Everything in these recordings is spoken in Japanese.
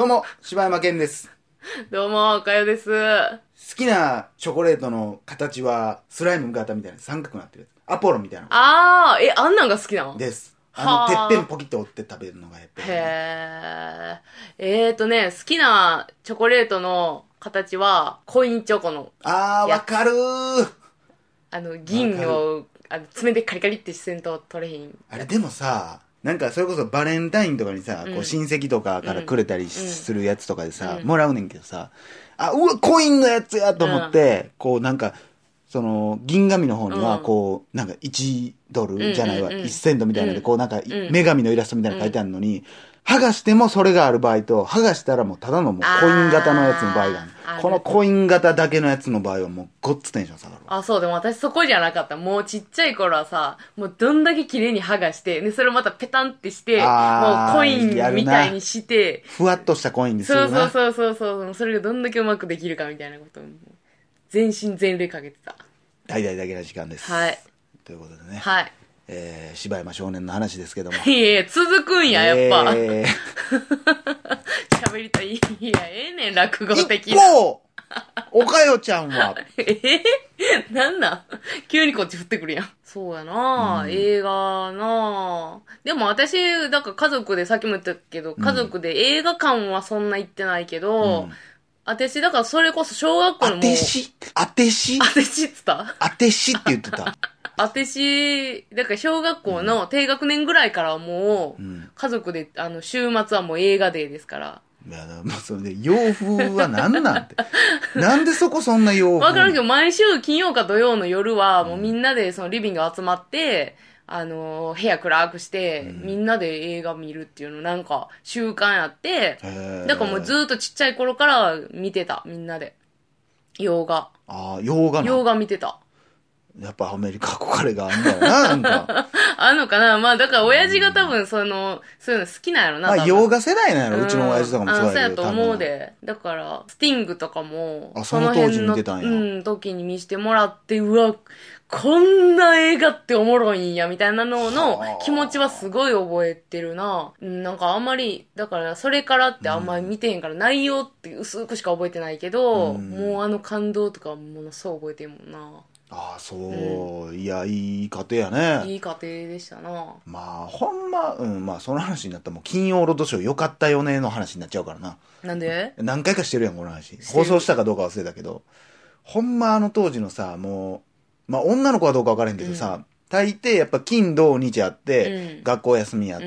うも、柴山健です。 どうも、かよです。 好きなチョコレートの形はスライム型みたいな三角になってるやつ。アポロみたいなあんなんが好きなのです。てっぺんはポキッと折って食べるのがやっぱあ。 りね。 へ好きなチョコレートの形は、コインチョコのやつ。 わかるー。わかる。 銀を、爪でカリカリってせんと取れへん。 あれでもさ、なんかそれこそバレンタインとかにさ、こう親戚とかからくれたりするやつとかでさ、もらうねんけどさ、うわ、コインのやつやと思って、こうなんか、その、銀紙の方には、こう、なんか1ドルじゃないわ、1セントみたいなので、こうなんか、女神のイラストみたいなの書いてあるのに、剥がしてもそれがある場合と、剥がしたらもうただのもうコイン型のやつの場合がある。このコイン型だけのやつの場合はもうごっつテンション下がるわ。 そう、でも私そこじゃなかった。もうちっちゃい頃はさ、もうどんだけ綺麗に剥がして、で、それをまたペタンってして、もうコインみたいにして、 ふわっとしたコインにするな。そう。それがどんだけうまくできるかみたいなことを、全身全霊かけてた。 大々だけな時間です。 はい。 ということでね。 はい。 柴山少年の話ですけども。 いや続くんや、やっぱ。喋りたい。いや、落語的な。 一方、おかよちゃんは。 なんなん急にこっち降ってくるやん。そうやな、映画なでも私、だから家族で、さっきも言ったけど、家族で映画館はそんな行ってないけど、私、だからそれこそ小学校のもう。 あてしっつったあてしって言ってた。 私、だから小学校の低学年ぐらいからはもう、家族で、週末はもう映画デーですから。 いや、まあ、それで、洋風は何なんて。なんでそこそんな洋風わからんけど、毎週金曜か土曜の夜は、もうみんなでそのリビング集まって、部屋暗くして、みんなで映画見るっていうのなんか習慣やって、だからもうずっとちっちゃい頃から見てた、みんなで。洋画。 洋画な。 洋画見てた。 やっぱアメリカ憧れがあんだよな、なんか。 あんのかなまあだから親父が多分そういうの好きなんやろな。 まあ洋画世代なんやろ、うちの親父とかもそうややけど。 と思うで。だから、スティングとかも、 その当時見てたんや。 時に見してもらって、うわ、こんな映画っておもろいんや、みたいなのの気持ちはすごい覚えてるな。なんかあんまり、だからそれからってあんまり見てへんから、内容って薄くしか覚えてないけど、もう感動とかものすごい覚えてるもんな。 そう、いや、いい家庭やね。 いい家庭でしたな。 まあ、ほんま、まあ、その話になったらもう、金曜ロードショーよかったよねの話になっちゃうからな。 なんで何回かしてるやん、この話。放送したかどうか忘れたけど。ほんま当時のさ、もう、まあ、女の子はどうか分からへんけどさ、大抵やっぱ金土日あって、学校休みやって、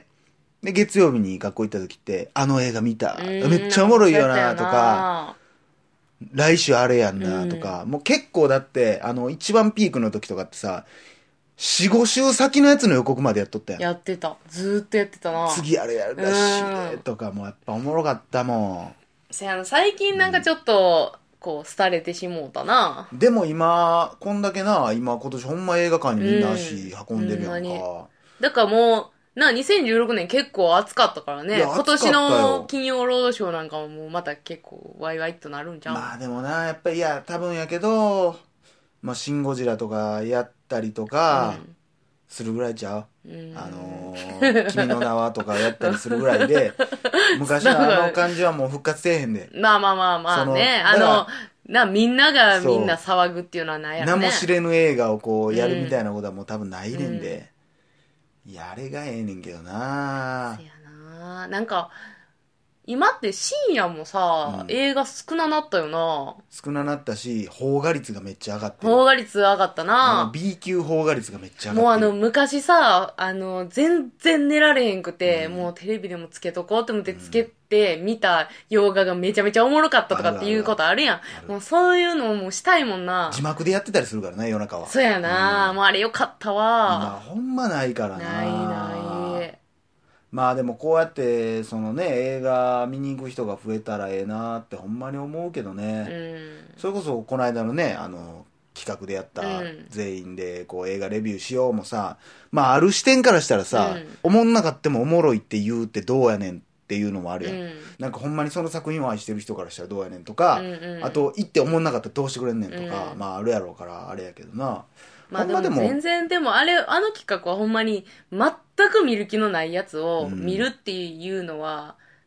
で、月曜日に学校行った時って、あの映画見た。めっちゃおもろいよな、とか、来週あれやんなとか、もう結構だって、一番ピークの時とかってさ、4、5週先のやつの予告までやっとったやん。 やってた。ずーっとやってたな。 次あれやるらしいとか、もうやっぱおもろかったもん。最近なんかちょっと、こう、廃れてしもうたな。 でも今、こんだけな、今年ほんま映画館にみんな足運んでるやんか。 だからもう、2016年結構暑かったからね。今年の金曜ロードショーなんかももうまた結構ワイワイっとなるんちゃう？ まあでもな、やっぱり多分やけど、まあシンゴジラとかやったりとか、するぐらいちゃう、君の名はとかやったりするぐらいで、昔の感じはもう復活せえへんで。 まあね。みんながみんな騒ぐっていうのはないやろね。 名も知れぬ映画をこうやるみたいなことはもう多分ないねんで。いや、あれがええねんけどな。 せやな。なんか、今って深夜もさ、映画少ななったよな。 少ななったし、邦画率がめっちゃ上がってる。 邦画率上がったな。 B 級邦画率がめっちゃ上がってる。 もう昔さ、全然寝られへんくて、もうテレビでもつけとこうと思ってつけて見た洋画がめちゃめちゃおもろかったとかっていうことあるやん。もうそういうのもしたいもんな。 字幕でやってたりするからね、夜中は。 そうやな、もうあれよかったわ。 今ほんまないからな。 ない。 まあでもこうやってそのね映画見に行く人が増えたらええなってほんまに思うけどね、それこそこの間のね企画でやった全員でこう映画レビューしようもさ、まあある視点からしたらさ、おもんなかってもおもろいって言うってどうやねんっていうのもあるやん、なんかほんまにその作品を愛してる人からしたらどうやねんとか、あと行っておもんなかったらどうしてくれんねんとか、まああるやろうからあれやけどな。 まあでも全然でもあの企画はほんまに全く見る気のないやつを見るっていうのは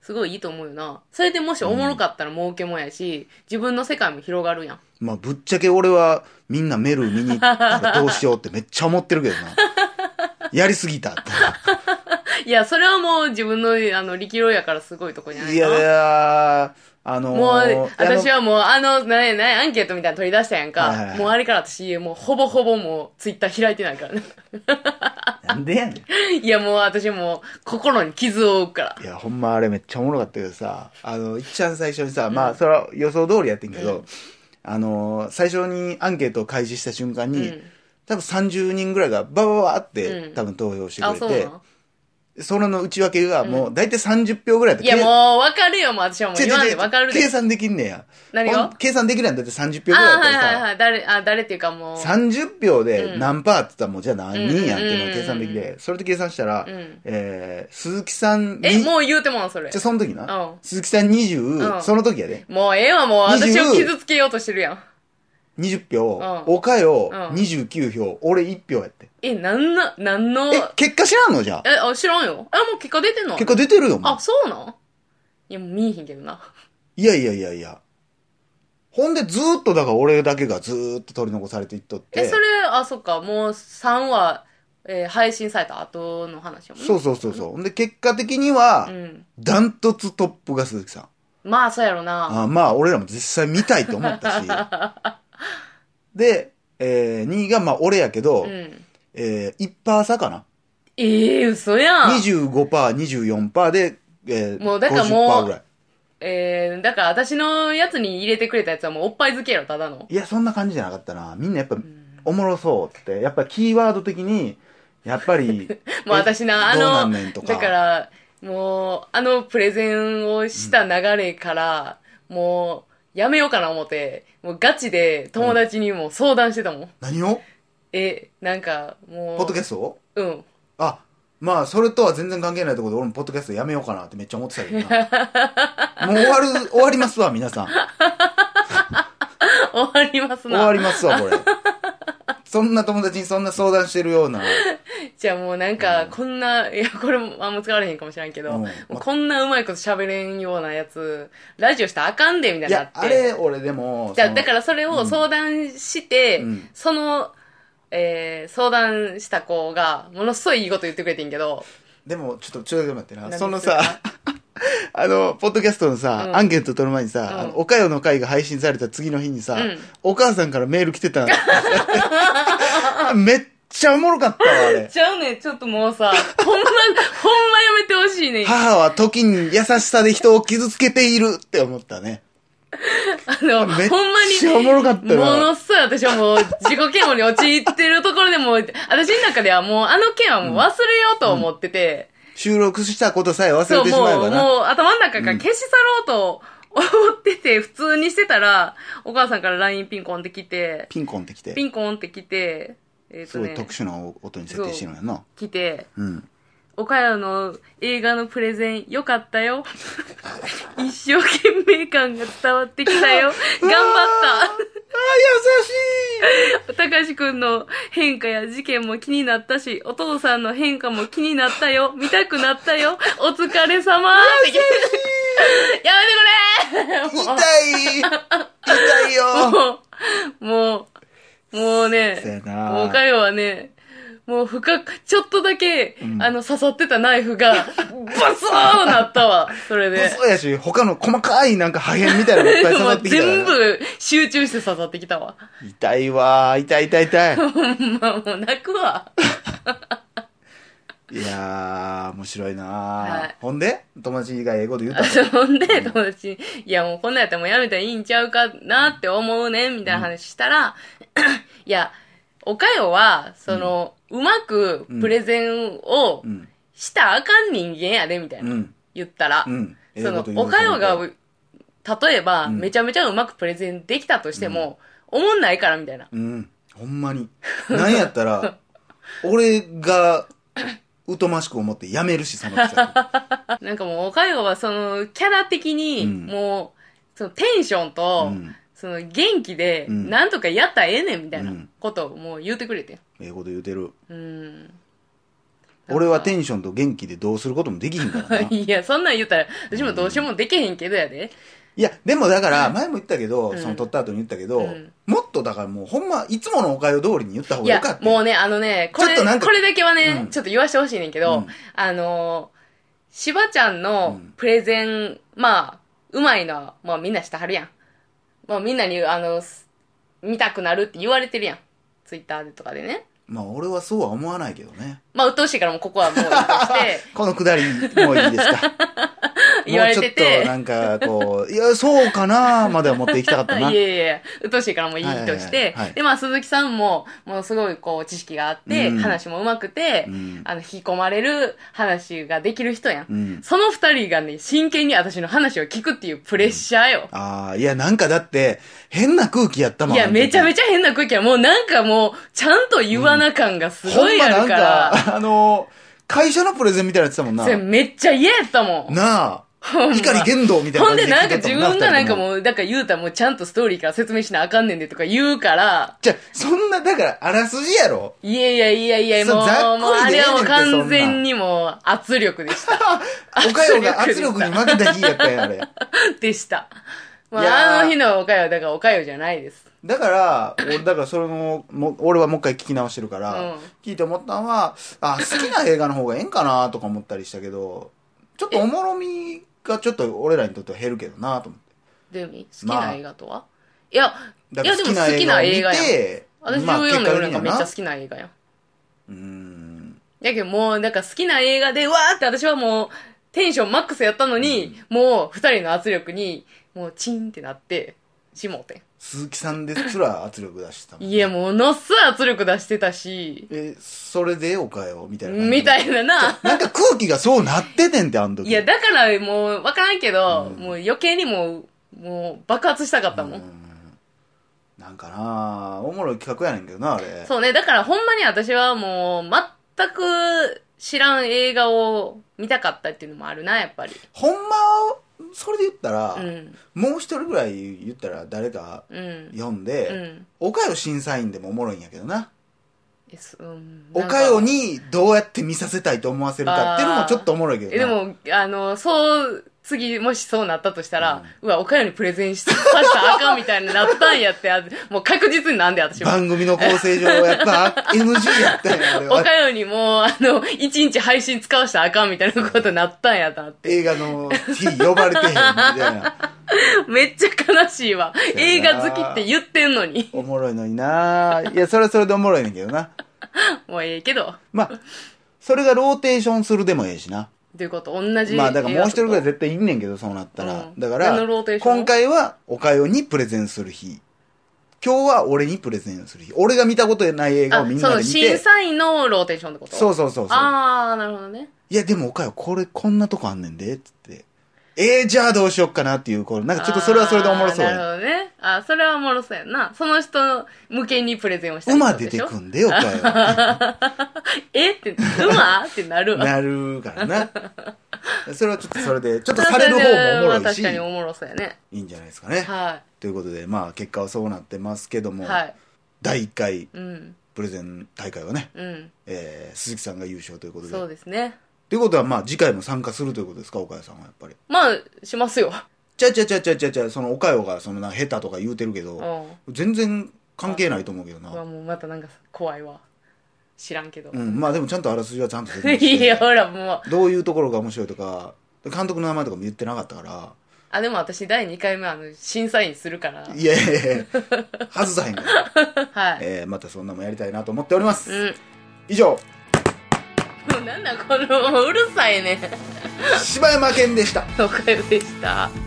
すごいいいと思うよな。それでもしおもろかったら儲けもやし、自分の世界も広がるやん。 まあぶっちゃけ俺はみんなメル見に行ったらどうしようってめっちゃ思ってるけどな。やりすぎたって。 いや、それはもう自分の力量やからすごいとこじゃないかな。 いやもう、私はもうアンケートみたいなの取り出したやんか。 はいはいはいもうあれから私、もうほぼほぼもうツイッター開いてないからね。 なんでやねん。 いやもう私もう心に傷を負うから。 いや、ほんまあれめっちゃおもろかったけどさ、いっちゃん最初にさ、まあ、それは予想通りやってんけど、最初にアンケートを開始した瞬間に、多分30人ぐらいがババババって多分投票してくれて、それの内訳がもう大体30票ぐらいやった。 いやもう分かるよ、もう私はもう言わんで分かるで。 計算できんねや。 何が計算できるやんだって30票ぐらいやったらさ、 はいはいはい、誰っていうかもう。 30票で何パーって言ったらもうじゃあ何人やんっていうのを計算できて、それで計算したら、鈴木さんに。 もう言うてもん、それ。 じゃあその時な。鈴木さん20、その時やで。 もうええわ、もう私を傷つけようとしてるやん。 20票、岡よ29票、俺1票やって。 なんの。 結果知らんのじゃあ。知らんよ。もう結果出てんの？ 結果出てるよ、もう。 あ、そうなん？いや、もう見えへんけどな。 いや。ほんでずーっとだから俺だけがずーっと取り残されていっとって。 それ、そっか、もう3話、配信された後の話やもんね。 そう。ほんで結果的には、ダントツトップが鈴木さん。まあ、そうやろな。 まあ、俺らも実際見たいと思ったし。で、2位がまあ俺やけど、1% 差かな。 嘘やん。 25%、24% で、 もうだからもう、 50%ぐらい。 だから私のやつに入れてくれたやつはもうおっぱい漬けやろ、ただの。 いや、そんな感じじゃなかったな。みんなやっぱ、おもろそうって、やっぱキーワード的に、やっぱり、 もう私な、 どうなんねんとか。 だから、もう、プレゼンをした流れから、もう、やめようかな思って、もうガチで友達にも相談してたもん。 何を？ なんか、もう。 ポッドキャストを？ うん。 あ、まあ、それとは全然関係ないところで俺もポッドキャストやめようかなってめっちゃ思ってたけどな。もう終わりますわ、皆さん。 終わりますな。 終わりますわ、これ。そんな友達にそんな相談してるような。 じゃあもうなんか、こんな、いや、これもあんま使われへんかもしれんけど、もうこんなうまいこと喋れんようなやつ、ラジオしたらあかんで、みたいになって。 いや、あれ、俺でも。 だからそれを相談して、その、相談した子が、ものすごいいいこと言ってくれてんけど。 でも、ちょっと待ってな。そのさ、ポッドキャストのさ、アンケート取る前にさ、おかよの会が配信された次の日にさ、お母さんからメール来てた。めっちゃおもろかったわ、あれ。 ちゃうね、ちょっともうさ、ほんまやめてほしいね。 母は時に優しさで人を傷つけているって思ったね。 ほんまに。めっちゃおもろかったな。 ものすごい私はもう自己嫌悪に陥ってるところでも、私の中ではもう件はもう忘れようと思ってて。 収録したことさえ忘れてしまえばな。 もう頭の中から消し去ろうと思ってて、普通にしてたら、お母さんから LINE ピンコンって来て。 ピンコンって来て。 すごい特殊な音に設定してるのやな。 来て。岡山の映画のプレゼン良かったよ。一生懸命感が伝わってきたよ。頑張った。 優しい。 高橋くんの変化や事件も気になったし、お父さんの変化も気になったよ。見たくなったよ。お疲れ様って優しい。 やめてくれ痛いよ。 もうね、もう岡山はね、もうちょっとだけ、刺さってたナイフが、バスーなったわ、それで。 そうやし、他の細かいなんか破片みたいなのがいっぱい刺さってきた。 全部集中して刺さってきたわ。 痛いわー、痛い。 ほんま、もう泣くわ。 いやー、面白いなー。 はい、 ほんで友達が英語で言うたほんで、友達に、いやもうこんなんやったらもうやめたらいいんちゃうかなって思うね、みたいな話したら、いや、おかよは、うまくプレゼンをしたらあかん人間やで、みたいな。言ったら、おかよが、例えば、めちゃめちゃうまくプレゼンできたとしても、おもんないから、みたいな。 ほんまに。なんやったら、俺が、疎ましく思ってやめるし、そのくせに。 なんかもう、おかよはキャラ的に、もう、テンションと、元気で、なんとかやったらええねんみたいなことをもう言うてくれて。 英語で言うてる。 俺はテンションと元気でどうすることもできひんからな。 いや、そんなん言ったら、私もどうしようもできへんけどやで。 いや、でもだから、前も言ったけど、その撮った後に言ったけど、もっとだからもうほんま、いつものおかゆ通りに言った方がよかった。 いや、もうね、これだけはね、ちょっと言わしてほしいねんけど、しばちゃんのプレゼン、まあ、うまいのは、まあみんなしてはるやん。まあみんなに、見たくなるって言われてるやん。ツイッターでとかでね。 まあ俺はそうは思わないけどね。 まあ鬱陶しいからもうここはもういいとして。 このくだりもういいですか。 言われてて。 もうちょっとなんかこう、いや、そうかなまでは持っていきたかったな。 いやいや、鬱陶しいからもういいとして。で、まあ鈴木さんも、もうすごいこう知識があって、話も上手くて、引き込まれる話ができる人やん。その二人がね、真剣に私の話を聞くっていうプレッシャーよ。 ああ、いやなんかだって、変な空気やったもん。 いや、めちゃめちゃ変な空気や。もうなんかもう、ちゃんと言わな感がすごいあるから。 ほんまなんか、会社のプレゼンみたいなやつだもんな。 それめっちゃ嫌やったもん。 なあ。怒り言動みたいな感じで。 ほんでなんか自分がなんかもう、だから言うたらもうちゃんとストーリーから説明しなあかんねんでとか言うから。 じゃ、そんな、だからあらすじやろ。 いやいや、もうあれはもう完全にもう圧力でした。 おかよが圧力に負けた日やったんや、あれ。 でした。まあ、あの日のおかよ、だからおかよじゃないです。 だからそれも、俺はもう一回聞き直してるから、聞いて思ったのは、好きな映画の方がええんかなとか思ったりしたけど、ちょっとおもろみがちょっと俺らにとっては減るけどなと思って。 でも好きな映画とは、いや、でも好きな映画やん。私14の夜なんかめっちゃ好きな映画やん。やけどもう、だから好きな映画で、わーって私はもう、テンションマックスやったのに、もう二人の圧力に、もうチンってなって、しもうてん。 鈴木さんですら圧力出してたもん、 ね。いや、ものすごい圧力出してたし。 それでおかよみたいな。 みたいなな。 なんか空気がそうなっててんって、あの時。 いや、だからもう、わからんけど、もう余計にもう爆発したかったもん。 なんかなおもろい企画やねんけどな、あれ。 そうね、だからほんまに私はもう、全く知らん映画を見たかったっていうのもあるな、やっぱり。 ほんまそれで言ったら、もう一人ぐらい言ったら誰か読んで、おかよ審査員でもおもろいんやけどな。おかよにどうやって見させたいと思わせるかっていうのもちょっとおもろいけどな。 でも、次もしそうなったとしたら、うわ、おかよにプレゼンさせたらあかんみたいになったんやって、もう確実になんで私も。 番組の構成上、やっぱ NG やったんや、 おかよにもう、1日配信使わしたらあかんみたいなことになったんやったって。 映画の日呼ばれてへんみたいな。 めっちゃ悲しいわ。映画好きって言ってんのに。 おもろいのにないや、それはそれでおもろいねんけどな。 もうええけど。 まあ、それがローテーションするでもええしな。 ということ同じ。 まあだからもう一人ぐらい絶対いんねんけど、そうなったら。だから、今回はおかよにプレゼンする日。今日は俺にプレゼンする日。俺が見たことない映画をみんなで見て。 審査員のローテーションってこと？ そう。 ああ、なるほどね。 いやでもおかよ、こんなとこあんねんで、つって。じゃあどうしよっかなっていう、なんかちょっとそれはそれでおもろそうや。 なるほどね。それはおもろそうやな。その人向けにプレゼンをしたりするでしょ。 馬出てくんでよ、おかよ。 馬ってなるわ。 なるからな。それはちょっとそれで、ちょっとされる方もおもろいし。 確かにおもろそうやね。 いいんじゃないですかね。 はい。 ということで、まあ結果はそうなってますけども、第1回、プレゼン大会はね、鈴木さんが優勝ということで。 そうですね。 ということは、まあ、次回も参加するということですか、岡谷さんはやっぱり。 まあ、しますよ。 その岡谷が、下手とか言うてるけど、全然関係ないと思うけどな。 もうまたなんか怖いわ。知らんけど。 まあでもちゃんとあらすじはちゃんと説明して。 いや、ほらもう。どういうところが面白いとか、監督の名前とかも言ってなかったから。 でも私第2回目審査員するから。 いや外さへんから。はい。またそんなもやりたいなと思っております。以上。 なんだこのうるさいね。 柴山健でした。 おかよでした。